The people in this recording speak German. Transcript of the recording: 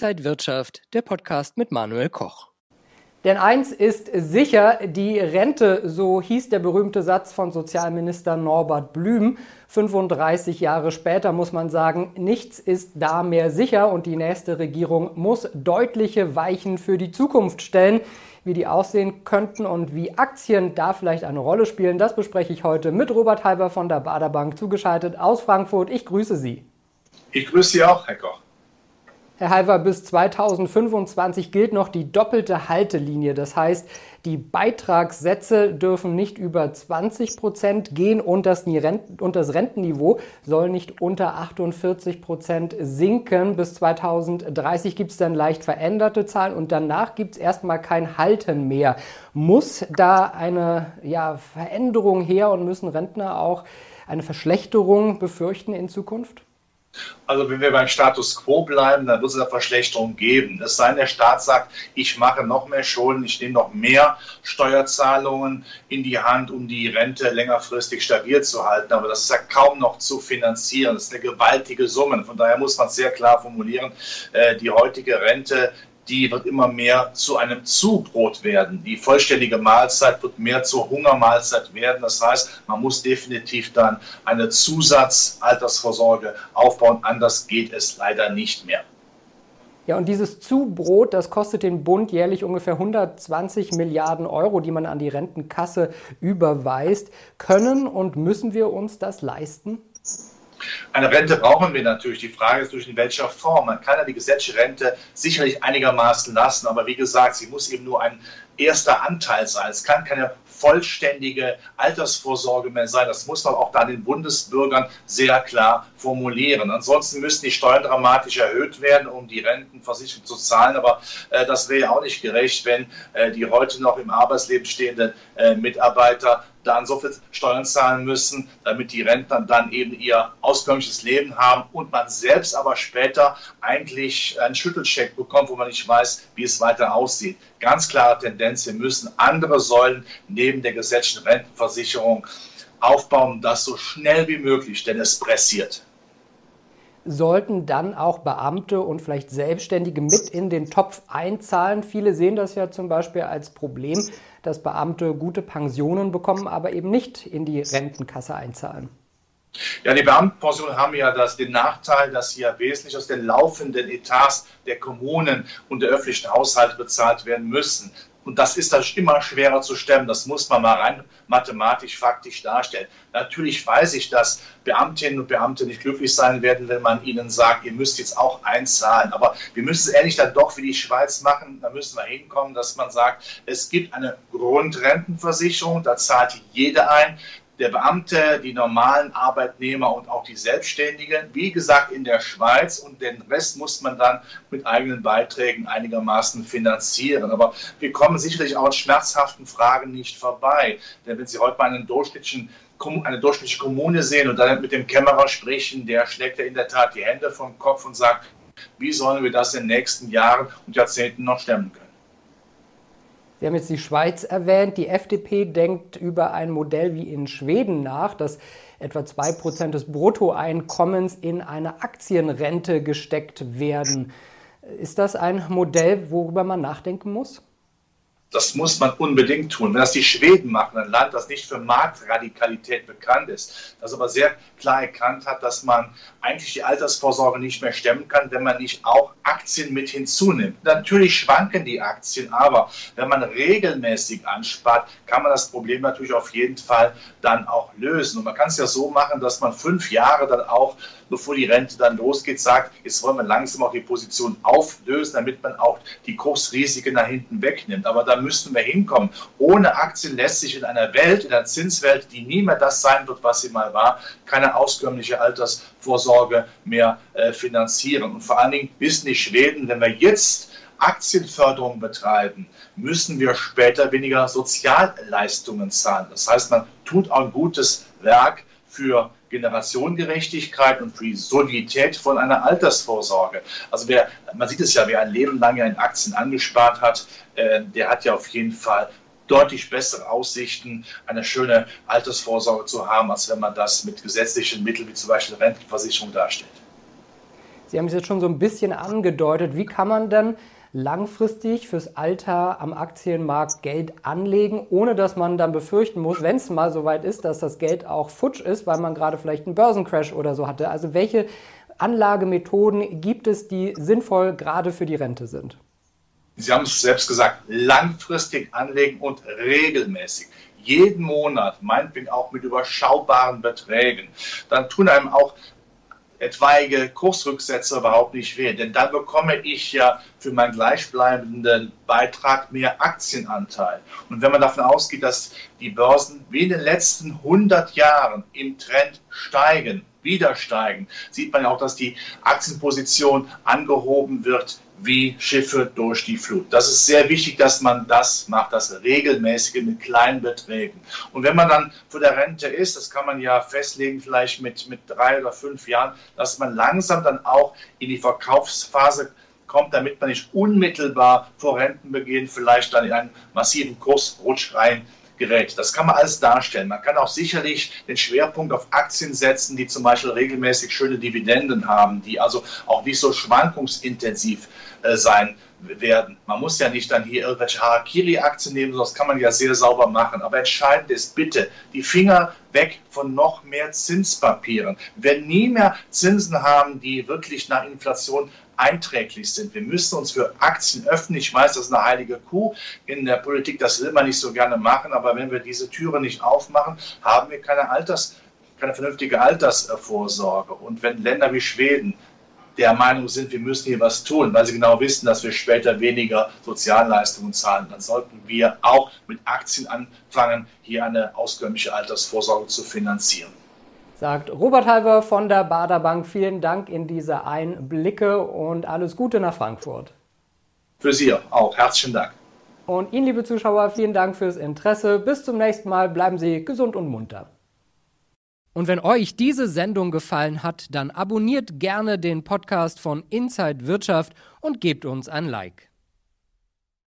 Inside Wirtschaft, der Podcast mit Manuel Koch. Denn eins ist sicher, die Rente, so hieß der berühmte Satz von Sozialminister Norbert Blüm. 35 Jahre später muss man sagen, nichts ist da mehr sicher und die nächste Regierung muss deutliche Weichen für die Zukunft stellen. Wie die aussehen könnten und wie Aktien da vielleicht eine Rolle spielen, das bespreche ich heute mit Robert Halber von der Baader Bank, zugeschaltet aus Frankfurt. Ich grüße Sie. Ich grüße Sie auch, Herr Koch. Herr Halver, bis 2025 gilt noch die doppelte Haltelinie. Das heißt, die Beitragssätze dürfen nicht über 20% gehen und das Rentenniveau soll nicht unter 48% sinken. Bis 2030 gibt es dann leicht veränderte Zahlen und danach gibt es erstmal kein Halten mehr. Muss da eine Veränderung her und müssen Rentner auch eine Verschlechterung befürchten in Zukunft? Also wenn wir beim Status Quo bleiben, dann wird es eine Verschlechterung geben. Es sei denn, der Staat sagt, ich mache noch mehr Schulden, ich nehme noch mehr Steuerzahlungen in die Hand, um die Rente längerfristig stabil zu halten. Aber das ist ja kaum noch zu finanzieren. Das ist eine gewaltige Summe. Von daher muss man sehr klar formulieren, die heutige Rente, die wird immer mehr zu einem Zubrot werden. Die vollständige Mahlzeit wird mehr zur Hungermahlzeit werden. Das heißt, man muss definitiv dann eine Zusatzaltersvorsorge aufbauen. Anders geht es leider nicht mehr. Ja, und dieses Zubrot, das kostet den Bund jährlich ungefähr 120 Milliarden Euro, die man an die Rentenkasse überweist. Können und müssen wir uns das leisten? Eine Rente brauchen wir natürlich. Die Frage ist, in welcher Form. Man kann ja die gesetzliche Rente sicherlich einigermaßen lassen, aber wie gesagt, sie muss eben nur ein erster Anteil sein. Es kann keine vollständige Altersvorsorge mehr sein. Das muss man auch da den Bundesbürgern sehr klar formulieren. Ansonsten müssten die Steuern dramatisch erhöht werden, um die Rentenversicherung zu zahlen. Aber das wäre ja auch nicht gerecht, wenn die heute noch im Arbeitsleben stehenden Mitarbeiter dann so viel Steuern zahlen müssen, damit die Rentner dann eben ihr auskömmliches Leben haben und man selbst aber später eigentlich einen Schüttelcheck bekommt, wo man nicht weiß, wie es weiter aussieht. Ganz klare Tendenz, wir müssen andere Säulen neben der gesetzlichen Rentenversicherung aufbauen, das so schnell wie möglich, denn es pressiert. Sollten dann auch Beamte und vielleicht Selbstständige mit in den Topf einzahlen? Viele sehen das ja zum Beispiel als Problem, dass Beamte gute Pensionen bekommen, aber eben nicht in die Rentenkasse einzahlen. Ja, die Beamtenpensionen haben ja den Nachteil, dass sie ja wesentlich aus den laufenden Etats der Kommunen und der öffentlichen Haushalte bezahlt werden müssen. Und das ist dann immer schwerer zu stemmen. Das muss man mal rein mathematisch, faktisch darstellen. Natürlich weiß ich, dass Beamtinnen und Beamte nicht glücklich sein werden, wenn man ihnen sagt, ihr müsst jetzt auch einzahlen. Aber wir müssen es ähnlich dann doch wie die Schweiz machen. Da müssen wir hinkommen, dass man sagt, es gibt eine Grundrentenversicherung, da zahlt jeder ein. Der Beamte, die normalen Arbeitnehmer und auch die Selbstständigen, wie gesagt in der Schweiz, und den Rest muss man dann mit eigenen Beiträgen einigermaßen finanzieren. Aber wir kommen sicherlich auch an schmerzhaften Fragen nicht vorbei. Denn wenn Sie heute mal eine durchschnittliche Kommune sehen und dann mit dem Kämmerer sprechen, der schlägt ja in der Tat die Hände vom Kopf und sagt, wie sollen wir das in den nächsten Jahren und Jahrzehnten noch stemmen können? Sie haben jetzt die Schweiz erwähnt. Die FDP denkt über ein Modell wie in Schweden nach, dass etwa 2% des Bruttoeinkommens in eine Aktienrente gesteckt werden. Ist das ein Modell, worüber man nachdenken muss? Das muss man unbedingt tun. Wenn das die Schweden machen, ein Land, das nicht für Marktradikalität bekannt ist, das aber sehr klar erkannt hat, dass man eigentlich die Altersvorsorge nicht mehr stemmen kann, wenn man nicht auch Aktien mit hinzunimmt. Natürlich schwanken die Aktien, aber wenn man regelmäßig anspart, kann man das Problem natürlich auf jeden Fall dann auch lösen. Und man kann es ja so machen, dass man 5 Jahre dann auch, bevor die Rente dann losgeht, sagt, jetzt wollen wir langsam auch die Position auflösen, damit man auch die Kursrisiken nach hinten wegnimmt. Aber da müssten wir hinkommen. Ohne Aktien lässt sich in einer Welt, in einer Zinswelt, die nie mehr das sein wird, was sie mal war, keine auskömmliche Altersvorsorge mehr finanzieren. Und vor allen Dingen wissen die Schweden, wenn wir jetzt Aktienförderung betreiben, müssen wir später weniger Sozialleistungen zahlen. Das heißt, man tut auch ein gutes Werk für Generationengerechtigkeit und für die Solidität von einer Altersvorsorge. Also man sieht es ja, wer ein Leben lang in Aktien angespart hat, der hat ja auf jeden Fall deutlich bessere Aussichten, eine schöne Altersvorsorge zu haben, als wenn man das mit gesetzlichen Mitteln wie zum Beispiel Rentenversicherung darstellt. Sie haben es jetzt schon so ein bisschen angedeutet. Wie kann man denn langfristig fürs Alter am Aktienmarkt Geld anlegen, ohne dass man dann befürchten muss, wenn es mal so weit ist, dass das Geld auch futsch ist, weil man gerade vielleicht einen Börsencrash oder so hatte? Also welche Anlagemethoden gibt es, die sinnvoll gerade für die Rente sind? Sie haben es selbst gesagt, langfristig anlegen und regelmäßig. Jeden Monat, meinetwegen auch mit überschaubaren Beträgen. Dann tun einem auch etwaige Kursrücksätze überhaupt nicht weh, denn dann bekomme ich ja für meinen gleichbleibenden Beitrag mehr Aktienanteil. Und wenn man davon ausgeht, dass die Börsen wie in den letzten 100 Jahren im Trend steigen, wieder steigen, sieht man ja auch, dass die Aktienposition angehoben wird wie Schiffe durch die Flut. Das ist sehr wichtig, dass man das macht, das regelmäßige mit kleinen Beträgen. Und wenn man dann vor der Rente ist, das kann man ja festlegen, vielleicht mit 3 oder 5 Jahren, dass man langsam dann auch in die Verkaufsphase kommt, damit man nicht unmittelbar vor Rentenbeginn vielleicht dann in einen massiven Kursrutsch reingerät. Das kann man alles darstellen. Man kann auch sicherlich den Schwerpunkt auf Aktien setzen, die zum Beispiel regelmäßig schöne Dividenden haben, die also auch nicht so schwankungsintensiv sein werden. Man muss ja nicht dann hier irgendwelche Harakiri-Aktien nehmen, das kann man ja sehr sauber machen. Aber entscheidend ist bitte, die Finger weg von noch mehr Zinspapieren. Wir werden nie mehr Zinsen haben, die wirklich nach Inflation einträglich sind. Wir müssen uns für Aktien öffnen. Ich weiß, das ist eine heilige Kuh in der Politik, das will man nicht so gerne machen, aber wenn wir diese Türen nicht aufmachen, haben wir keine vernünftige Altersvorsorge. Und wenn Länder wie Schweden der Meinung sind, wir müssen hier was tun, weil sie genau wissen, dass wir später weniger Sozialleistungen zahlen, dann sollten wir auch mit Aktien anfangen, hier eine auskömmliche Altersvorsorge zu finanzieren. Sagt Robert Halver von der Baader Bank. Vielen Dank in diese Einblicke und alles Gute nach Frankfurt. Für Sie auch. Herzlichen Dank. Und Ihnen, liebe Zuschauer, vielen Dank fürs Interesse. Bis zum nächsten Mal. Bleiben Sie gesund und munter. Und wenn euch diese Sendung gefallen hat, dann abonniert gerne den Podcast von Inside Wirtschaft und gebt uns ein Like.